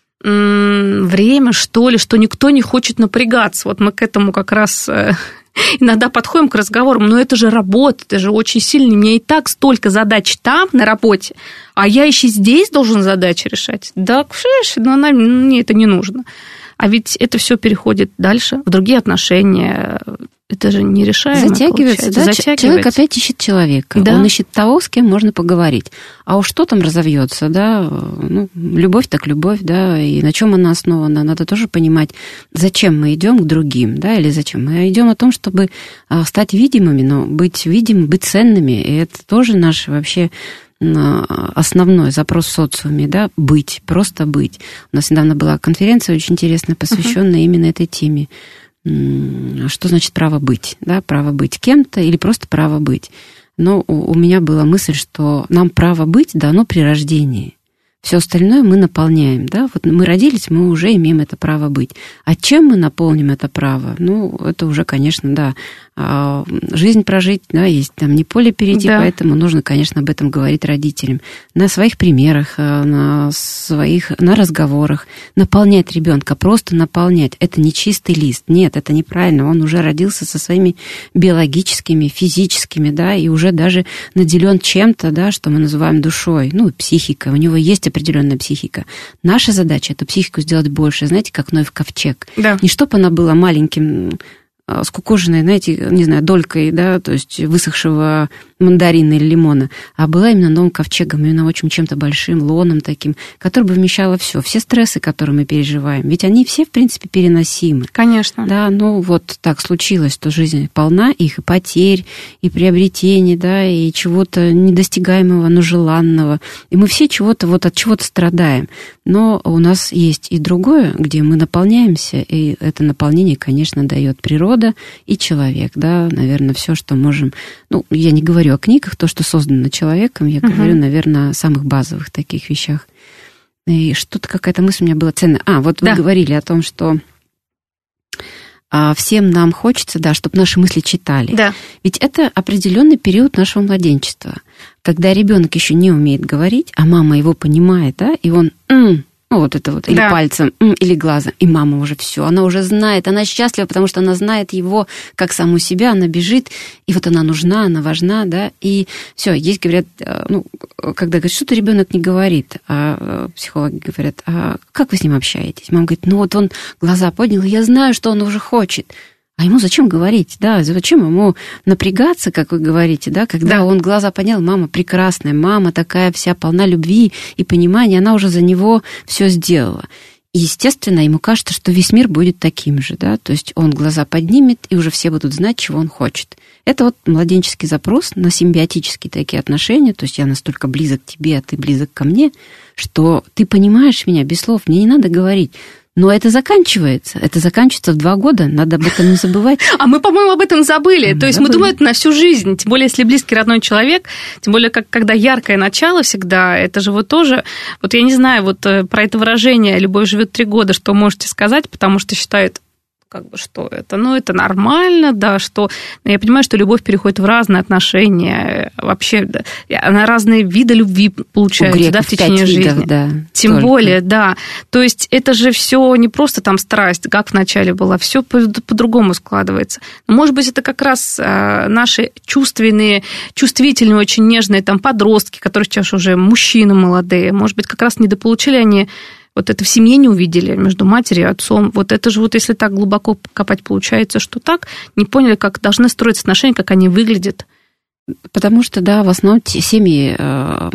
время, что ли, что никто не хочет напрягаться. Вот мы к этому как раз иногда подходим к разговорам, но это же работа, это же очень сильно. У меня и так столько задач там, на работе, а я еще здесь должен задачи решать. Да, но она, мне это не нужно. А ведь это все переходит дальше в другие отношения. Это же нерешаемо. Затягивается, да? Затягивается. Человек опять ищет человека. Да. Он ищет того, с кем можно поговорить. А уж что там разовьется, да? Ну, любовь так любовь, да, и на чем она основана? Надо тоже понимать, зачем мы идем к другим, да, или зачем. Мы идем о том, чтобы стать видимыми, но быть видимыми, быть ценными. И это тоже наш вообще основной запрос в социуме, да, быть, просто быть. У нас недавно была конференция очень интересная, посвященная uh-huh. именно этой теме. Что значит право быть, да, право быть кем-то или просто право быть. Но у, у меня была мысль, что нам право быть дано при рождении. Все остальное мы наполняем, да, вот мы родились, мы уже имеем это право быть. А чем мы наполним это право? Ну, это уже, конечно, да, жизнь прожить, да, есть там не поле перейти, да. Поэтому нужно, конечно, об этом говорить родителям. На своих примерах, на своих, на разговорах. Наполнять ребенка, просто наполнять. Это не чистый лист. Нет, это неправильно. Он уже родился со своими биологическими, физическими, да, и уже даже наделен чем-то, да, что мы называем душой, ну, психика. У него есть определенная психика. Наша задача — эту психику сделать больше, знаете, как Ной в ковчег. Да. Не чтобы она была маленьким, скукоженной, знаете, не знаю, долькой, да, то есть высохшего мандарина или лимона, а была именно новым ковчегом, именно очень чем-то большим, лоном таким, который бы вмещало все, все стрессы, которые мы переживаем. Ведь они все, в принципе, переносимы. Конечно. Да, ну вот так случилось, что жизнь полна их и потерь, и приобретений, да, и чего-то недостигаемого, но желанного. И мы все чего-то, вот от чего-то страдаем. Но у нас есть и другое, где мы наполняемся, и это наполнение, конечно, дает природа и человек, да, наверное, все, что можем. Ну, я не говорю о книгах, то, что создано человеком, я uh-huh. говорю, наверное, о самых базовых таких вещах. И что-то, какая-то мысль у меня была ценная. А, вот да. Вы говорили о том, что а, всем нам хочется, да, чтобы наши мысли читали. Да. Ведь это определенный период нашего младенчества, когда ребенок еще не умеет говорить, а мама его понимает, да, и он... М-м, ну, вот это вот, или да. пальцем, или глазом, и мама уже все, она уже знает, она счастлива, потому что она знает его как саму себя, она бежит, и вот она нужна, она важна, да, и все, есть, говорят, ну, когда говорят, что-то ребенок не говорит, а психологи говорят, а как вы с ним общаетесь? Мама говорит, ну, вот он глаза поднял, и я знаю, что он уже хочет. А ему зачем говорить, да, зачем ему напрягаться, как вы говорите, да, когда да. он глаза поднял, мама прекрасная, мама такая вся полна любви и понимания, она уже за него все сделала. И, естественно, ему кажется, что весь мир будет таким же, да, то есть он глаза поднимет, и уже все будут знать, чего он хочет. Это вот младенческий запрос на симбиотические такие отношения, то есть я настолько близок к тебе, а ты близок ко мне, что ты понимаешь меня без слов, мне не надо говорить. Но это заканчивается. Это заканчивается в два года. Надо об этом не забывать. А мы, по-моему, об этом забыли. Мы То есть забыли. мы думаем это на всю жизнь. Тем более, если близкий родной человек. Тем более, как, когда яркое начало всегда. Это же вот тоже... Вот я не знаю, вот про это выражение «любовь живет три года», что можете сказать, потому что считают, как бы, что это, ну, это нормально, да, что... Я понимаю, что любовь переходит в разные отношения, вообще, да, на разные виды любви получаются, да, в течение жизни. Видов, да, Тем только. более, да. То есть это же все не просто там страсть, как в начале была, все по-другому складывается. Может быть, это как раз наши чувственные, чувствительные, очень нежные там подростки, которые сейчас уже мужчины молодые, может быть, как раз недополучили они вот это в семье не увидели между матерью и отцом. Вот это же вот если так глубоко копать, получается, что так, не поняли, как должны строиться отношения, как они выглядят. Потому что, да, в основном семьи э,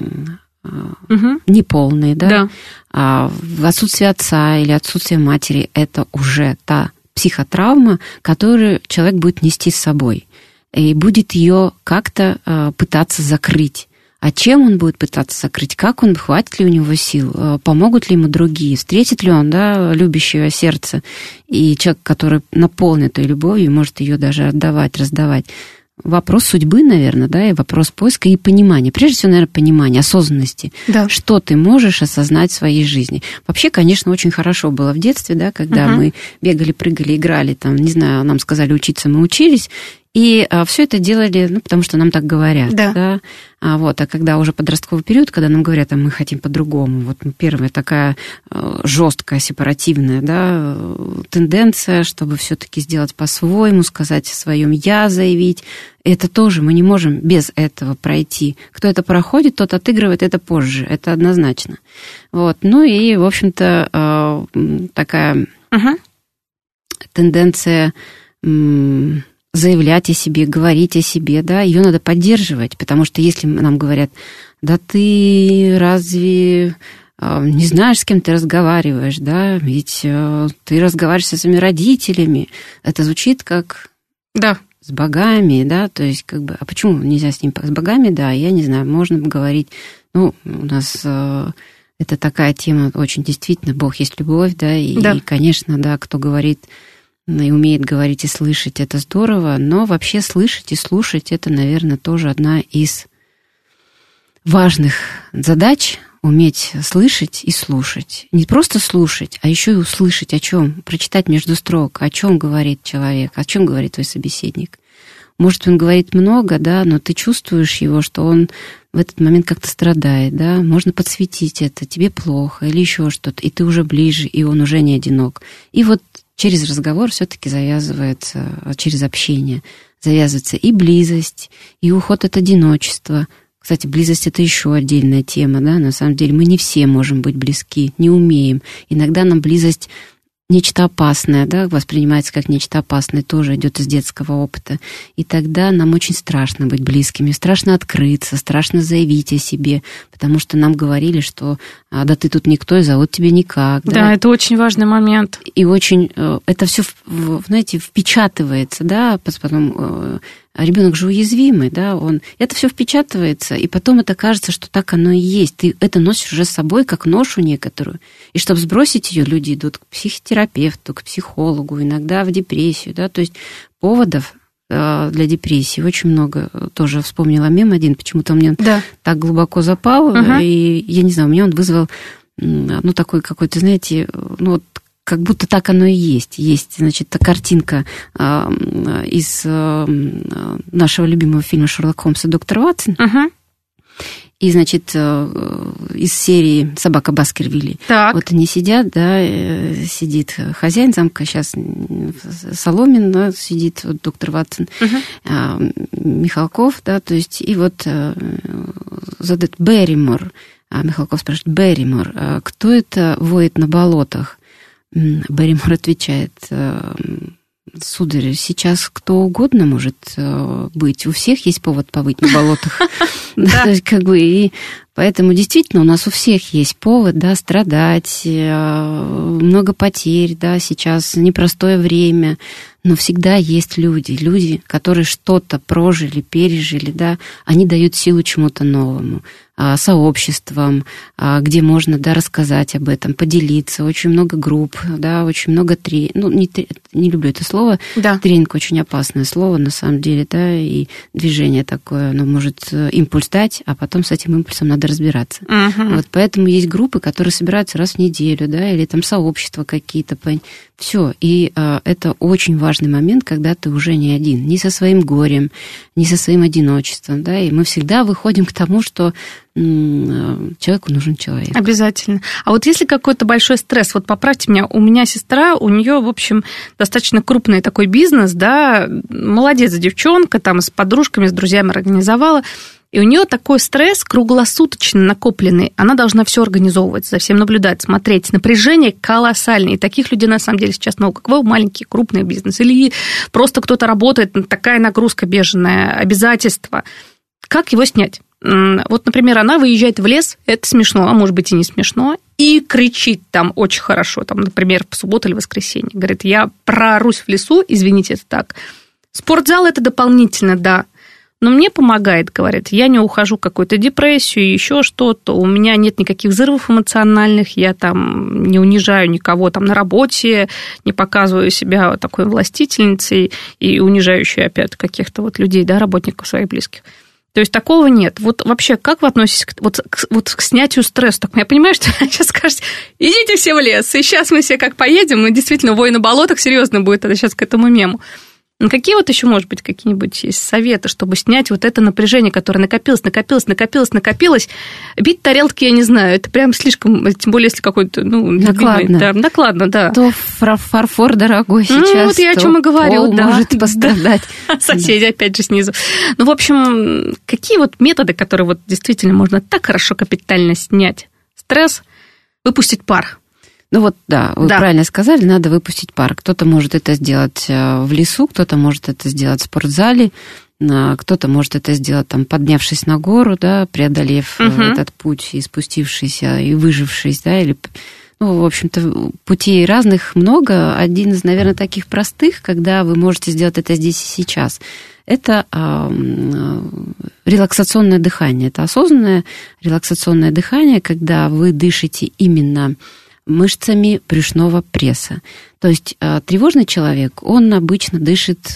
э, угу. неполные, да. да. А в отсутствие отца или отсутствие матери это уже та психотравма, которую человек будет нести с собой и будет ее как-то э, пытаться закрыть. А чем он будет пытаться закрыть? Как он, хватит ли у него сил? Помогут ли ему другие? Встретит ли он, да, любящее сердце? И человек, который наполнен этой любовью, может ее даже отдавать, раздавать. Вопрос судьбы, наверное, да, и вопрос поиска и понимания. Прежде всего, наверное, понимания, осознанности. Да. Что ты можешь осознать в своей жизни. Вообще, конечно, очень хорошо было в детстве, да, когда uh-huh. мы бегали, прыгали, играли, там, не знаю, нам сказали учиться, мы учились. И а, все это делали, ну, потому что нам так говорят. Да. Да? А, вот, а когда уже подростковый период, когда нам говорят, а мы хотим по-другому, вот первая такая а, жесткая, сепаративная, да, тенденция, чтобы все-таки сделать по-своему, сказать о своем я, заявить. Это тоже мы не можем без этого пройти. Кто это проходит, тот отыгрывает это позже. Это однозначно. Вот. Ну и, в общем-то, а, такая угу. тенденция... М- заявлять о себе, говорить о себе, да, ее надо поддерживать, потому что если нам говорят, да ты разве не знаешь, с кем ты разговариваешь, да, ведь ты разговариваешь со своими родителями, это звучит как да. с богами, да, то есть как бы, а почему нельзя с ним, с богами, да, я не знаю, можно говорить, ну, у нас... Это такая тема очень действительно, Бог есть любовь, да, и, да. и конечно, да, кто говорит... и умеет говорить и слышать, это здорово, но вообще слышать и слушать, это, наверное, тоже одна из важных задач, уметь слышать и слушать. Не просто слушать, а еще и услышать, о чем, прочитать между строк, о чем говорит человек, о чем говорит твой собеседник. Может, он говорит много, да, но ты чувствуешь его, что он в этот момент как-то страдает, да, можно подсветить это, тебе плохо или еще что-то, и ты уже ближе, и он уже не одинок. И вот через разговор все-таки завязывается, через общение завязывается и близость, и уход от одиночества. Кстати, близость — это еще отдельная тема, да, на самом деле мы не все можем быть близки, не умеем. Иногда нам близость нечто опасное, да, воспринимается как нечто опасное, тоже идет из детского опыта. И тогда нам очень страшно быть близкими, страшно открыться, страшно заявить о себе, потому что нам говорили, что а, да ты тут никто, и зовут тебя никак. Да, да, это очень важный момент. И очень это все, знаете, впечатывается, да, потом ребенок же уязвимый, да, он, это все впечатывается, и потом это кажется, что так оно и есть. Ты это носишь уже с собой, как ношу некоторую. И чтобы сбросить ее, люди идут к психотерапевту, к психологу, иногда в депрессию, да, то есть поводов для депрессии очень много. Тоже вспомнила мем один, почему-то мне да. так глубоко запал, угу. и я не знаю, у меня он вызвал, ну, такой какой-то, знаете, ну, вот как будто так оно и есть. Есть, значит, та картинка э, из э, нашего любимого фильма «Шерлок Холмс и доктор Ватсон». Uh-huh. И, значит, э, из серии «Собака Баскервилей». Так. Вот они сидят, да, э, сидит хозяин замка, сейчас Соломин, да, сидит вот, доктор Ватсон, uh-huh. э, Михалков, да, то есть, и вот э, задает Берримор, а Михалков спрашивает, Берримор, а кто это воет на болотах? Берримор отвечает, Сударь, сейчас кто угодно может быть. У всех есть повод побыть на болотах. То есть, как бы, и поэтому действительно у нас у всех есть повод, да, страдать, много потерь, да, сейчас непростое время, но всегда есть люди, люди, которые что-то прожили, пережили, да, они дают силу чему-то новому, сообществам, где можно, да, рассказать об этом, поделиться. Очень много групп, да, очень много тренингов. Ну, не, не люблю это слово. Да. Тренинг очень опасное слово, на самом деле, да, и движение такое, оно может импульс дать, а потом с этим импульсом надо разбираться. Uh-huh. Вот поэтому есть группы, которые собираются раз в неделю, да, или там сообщества какие-то. Все. И а, это очень важный момент, когда ты уже не один, ни со своим горем, ни со своим одиночеством, да, и мы всегда выходим к тому, что человеку нужен человек. Обязательно. А вот если какой-то большой стресс, вот поправьте меня, у меня сестра, у нее, в общем, достаточно крупный такой бизнес, да, молодец девчонка, там с подружками, с друзьями организовала, и у нее такой стресс круглосуточно накопленный, она должна все организовывать, за всем наблюдать, смотреть, напряжение колоссальное, и таких людей на самом деле сейчас много, как вы, маленький, крупный бизнес, или просто кто-то работает, такая нагрузка бешеная, обязательства. Как его снять? Вот, например, она выезжает в лес, это смешно, а может быть и не смешно, и кричит там очень хорошо, там, например, в субботу или воскресенье. Говорит, я прорусь в лесу, извините, это так. Спортзал это дополнительно, да, но мне помогает, говорит, я не ухожу в какую-то депрессию, еще что-то, у меня нет никаких взрывов эмоциональных, я там не унижаю никого там на работе, не показываю себя такой властительницей и унижающей опять каких-то вот людей, да, работников своих близких. То есть такого нет. Вот вообще, как вы относитесь к, вот, к, вот к снятию стресса? Так, я понимаю, что сейчас скажете, идите все в лес, и сейчас мы все как поедем, и действительно, вой на болотах серьезно будет это сейчас к этому мему. Но какие вот еще, может быть, какие-нибудь есть советы, чтобы снять вот это напряжение, которое накопилось, накопилось, накопилось, накопилось? Бить тарелки, я не знаю, это прям слишком, тем более, если какой-то, ну, накладно. Любимый, да, накладно, да. То фарфор дорогой сейчас, ну, вот я о чем и говорю, пол да, может пострадать. Да. Соседи опять же снизу. Ну, в общем, какие вот методы, которые вот действительно можно так хорошо капитально снять стресс, выпустить пар? Ну вот, да, вы да. правильно сказали, надо выпустить пар. Кто-то может это сделать в лесу, кто-то может это сделать в спортзале, кто-то может это сделать, там, поднявшись на гору, да, преодолев угу. этот путь и спустившись, и выжившись, да, или... Ну, в общем-то, путей разных много. Один из, наверное, таких простых, когда вы можете сделать это здесь и сейчас, это релаксационное дыхание. Это осознанное релаксационное дыхание, когда вы дышите именно мышцами брюшного пресса. То есть тревожный человек, он обычно дышит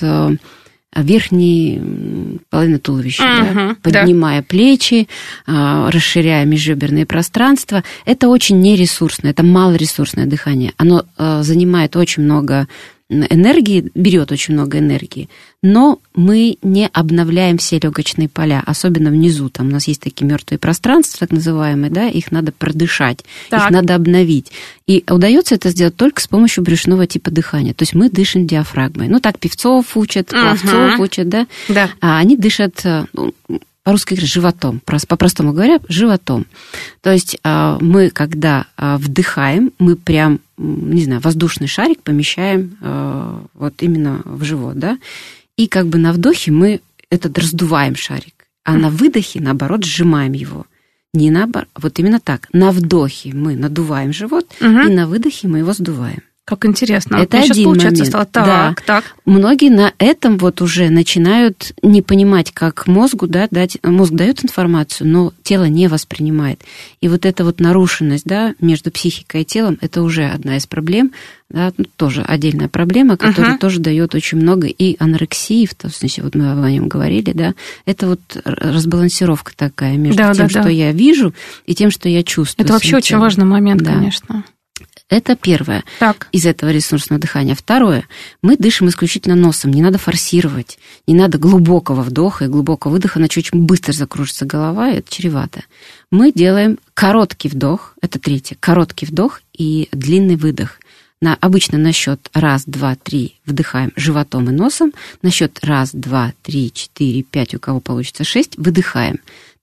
верхней половины туловища, uh-huh, да, поднимая да. плечи, расширяя межреберные пространства. Это очень нересурсное, это малоресурсное дыхание. Оно занимает очень много энергии, берет очень много энергии, но мы не обновляем все легочные поля, особенно внизу. Там у нас есть такие мертвые пространства, так называемые, да, их надо продышать, так. их надо обновить. И удается это сделать только с помощью брюшного типа дыхания. То есть мы дышим диафрагмой. Ну, так певцов учат, пловцов uh-huh. учат, да? да. А они дышат... По-русски говорят, животом, по-простому говоря, животом. То есть мы, когда вдыхаем, мы прям, не знаю, воздушный шарик помещаем вот именно в живот, да, и как бы на вдохе мы этот раздуваем шарик, а на выдохе, наоборот, сжимаем его. Не наоборот, вот именно так. На вдохе мы надуваем живот, угу. и на выдохе мы его сдуваем. Как интересно. Это вот один получается момент. Стало так, да. так. Многие на этом вот уже начинают не понимать, как мозгу, да, дать, мозг дает информацию, но тело не воспринимает. И вот эта вот нарушенность, да, между психикой и телом, это уже одна из проблем, да, ну, тоже отдельная проблема, которая uh-huh. тоже дает очень много и анорексии, в смысле, вот мы о нем говорили, да, это вот разбалансировка такая между да, тем, да, что да. я вижу, и тем, что я чувствую. Это вообще очень важный момент, да. конечно. Это первое так. из этого ресурсного дыхания. Второе, мы дышим исключительно носом, не надо форсировать, не надо глубокого вдоха и глубокого выдоха, иначе очень быстро закружится голова, и это чревато. Мы делаем короткий вдох, это третье, короткий вдох и длинный выдох. На, обычно на счет раз, два, три вдыхаем животом и носом, на счет раз, два, три, четыре, пять, у кого получится шесть, выдыхаем.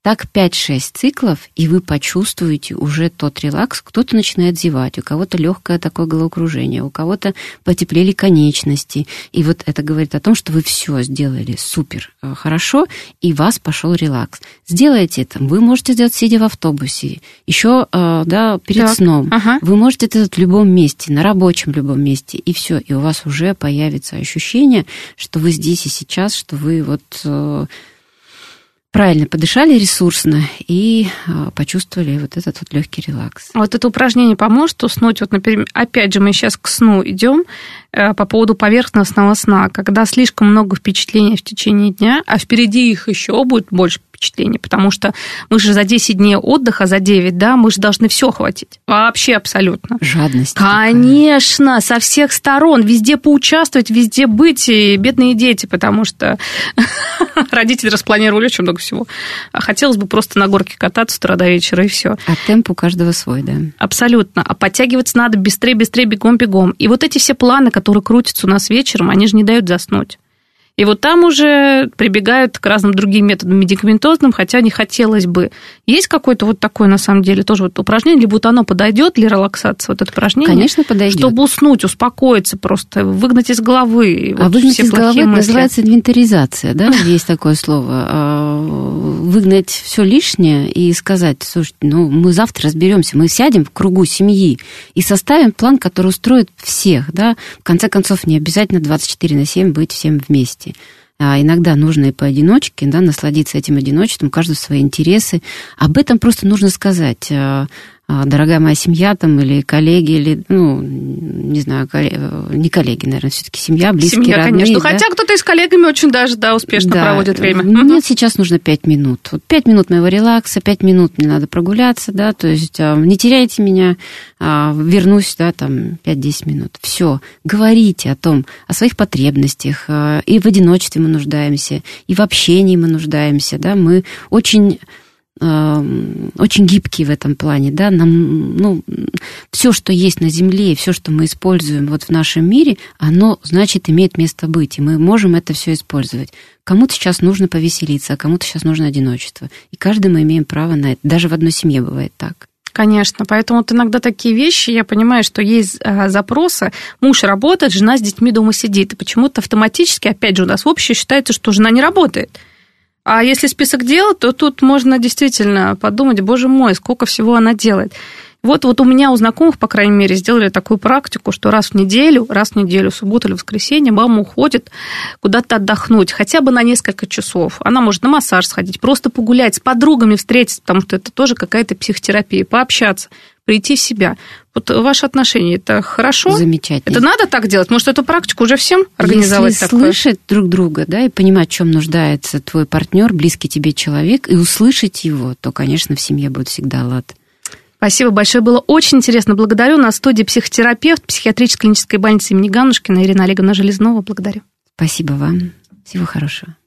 Так пять-шесть циклов, и вы почувствуете уже тот релакс. Кто-то начинает зевать, у кого-то легкое такое головокружение, у кого-то потеплели конечности. И вот это говорит о том, что вы все сделали супер хорошо, и у вас пошел релакс. Сделайте это. Вы можете сделать, сидя в автобусе, еще да, перед так. сном. Ага. Вы можете это сделать в любом месте, на рабочем любом месте, и все. И у вас уже появится ощущение, что вы здесь и сейчас, что вы вот правильно подышали ресурсно и почувствовали вот этот вот легкий релакс. Вот это упражнение поможет уснуть. Вот, например, опять же, мы сейчас к сну идем по поводу поверхностного сна, когда слишком много впечатлений в течение дня, а впереди их еще будет больше впечатлений, потому что мы же за десять дней отдыха, за девять, да, мы же должны все хватить. Вообще абсолютно. Жадность. Конечно, такая. Со всех сторон, везде поучаствовать, везде быть, и бедные дети, потому что родители распланировали очень много всего. А хотелось бы просто на горке кататься с утра до вечера, и все. А темп у каждого свой, да. Абсолютно. А подтягиваться надо быстрее, быстрее, бегом, бегом. И вот эти все планы, которые крутятся у нас вечером, они же не дают заснуть. И вот там уже прибегают к разным другим методам медикаментозным, хотя не хотелось бы. Есть какое-то вот такое, на самом деле, тоже вот упражнение, либо вот оно подойдет для релаксации, вот это упражнение? Конечно, подойдет. Чтобы уснуть, успокоиться просто, выгнать из головы. А вот выгнать из головы мысли. Называется инвентаризация, да, есть такое слово. Выгнать все лишнее и сказать, слушайте, ну, мы завтра разберемся, мы сядем в кругу семьи и составим план, который устроит всех, да. В конце концов, не обязательно двадцать четыре на семь быть всем вместе. А иногда нужно и поодиночке, да, насладиться этим одиночеством, у каждого свои интересы. Об этом просто нужно сказать. Дорогая моя семья там, или коллеги, или, ну, не знаю, не коллеги, наверное, все-таки семья, близкие, семья, родные. Конечно. Да? Хотя кто-то и с коллегами очень даже, да, успешно да. проводит время. Нет, сейчас нужно пять минут. Вот пять минут моего релакса, пять минут мне надо прогуляться, да, то есть не теряйте меня, вернусь, да, там, пять-десять минут. Все, говорите о том, о своих потребностях, и в одиночестве мы нуждаемся, и в общении мы нуждаемся, да, мы очень... очень гибкие в этом плане, да, нам, ну, все, что есть на Земле, все, что мы используем вот в нашем мире, оно, значит, имеет место быть, и мы можем это все использовать. Кому-то сейчас нужно повеселиться, а кому-то сейчас нужно одиночество, и каждый мы имеем право на это, даже в одной семье бывает так. Конечно, поэтому вот иногда такие вещи, я понимаю, что есть запросы, муж работает, жена с детьми дома сидит, и почему-то автоматически, опять же, у нас в обществе считается, что жена не работает. А если список дел, то тут можно действительно подумать, боже мой, сколько всего она делает. Вот, вот у меня, у знакомых, по крайней мере, сделали такую практику, что раз в неделю, раз в неделю, в субботу или воскресенье, мама уходит куда-то отдохнуть, хотя бы на несколько часов. Она может на массаж сходить, просто погулять, с подругами встретиться, потому что это тоже какая-то психотерапия, пообщаться, прийти в себя. Вот ваши отношения, это хорошо? Замечательно. Это надо так делать? Может, эту практику уже всем организовать? Если такое? Слышать друг друга, да, и понимать, в чем нуждается твой партнер, близкий тебе человек, и услышать его, то, конечно, в семье будет всегда лад. Спасибо большое, было очень интересно. Благодарю. На студии психотерапевт психиатрической клинической больницы имени Ганушкина Ирина Олеговна Железнова. Благодарю. Спасибо вам. Всего хорошего.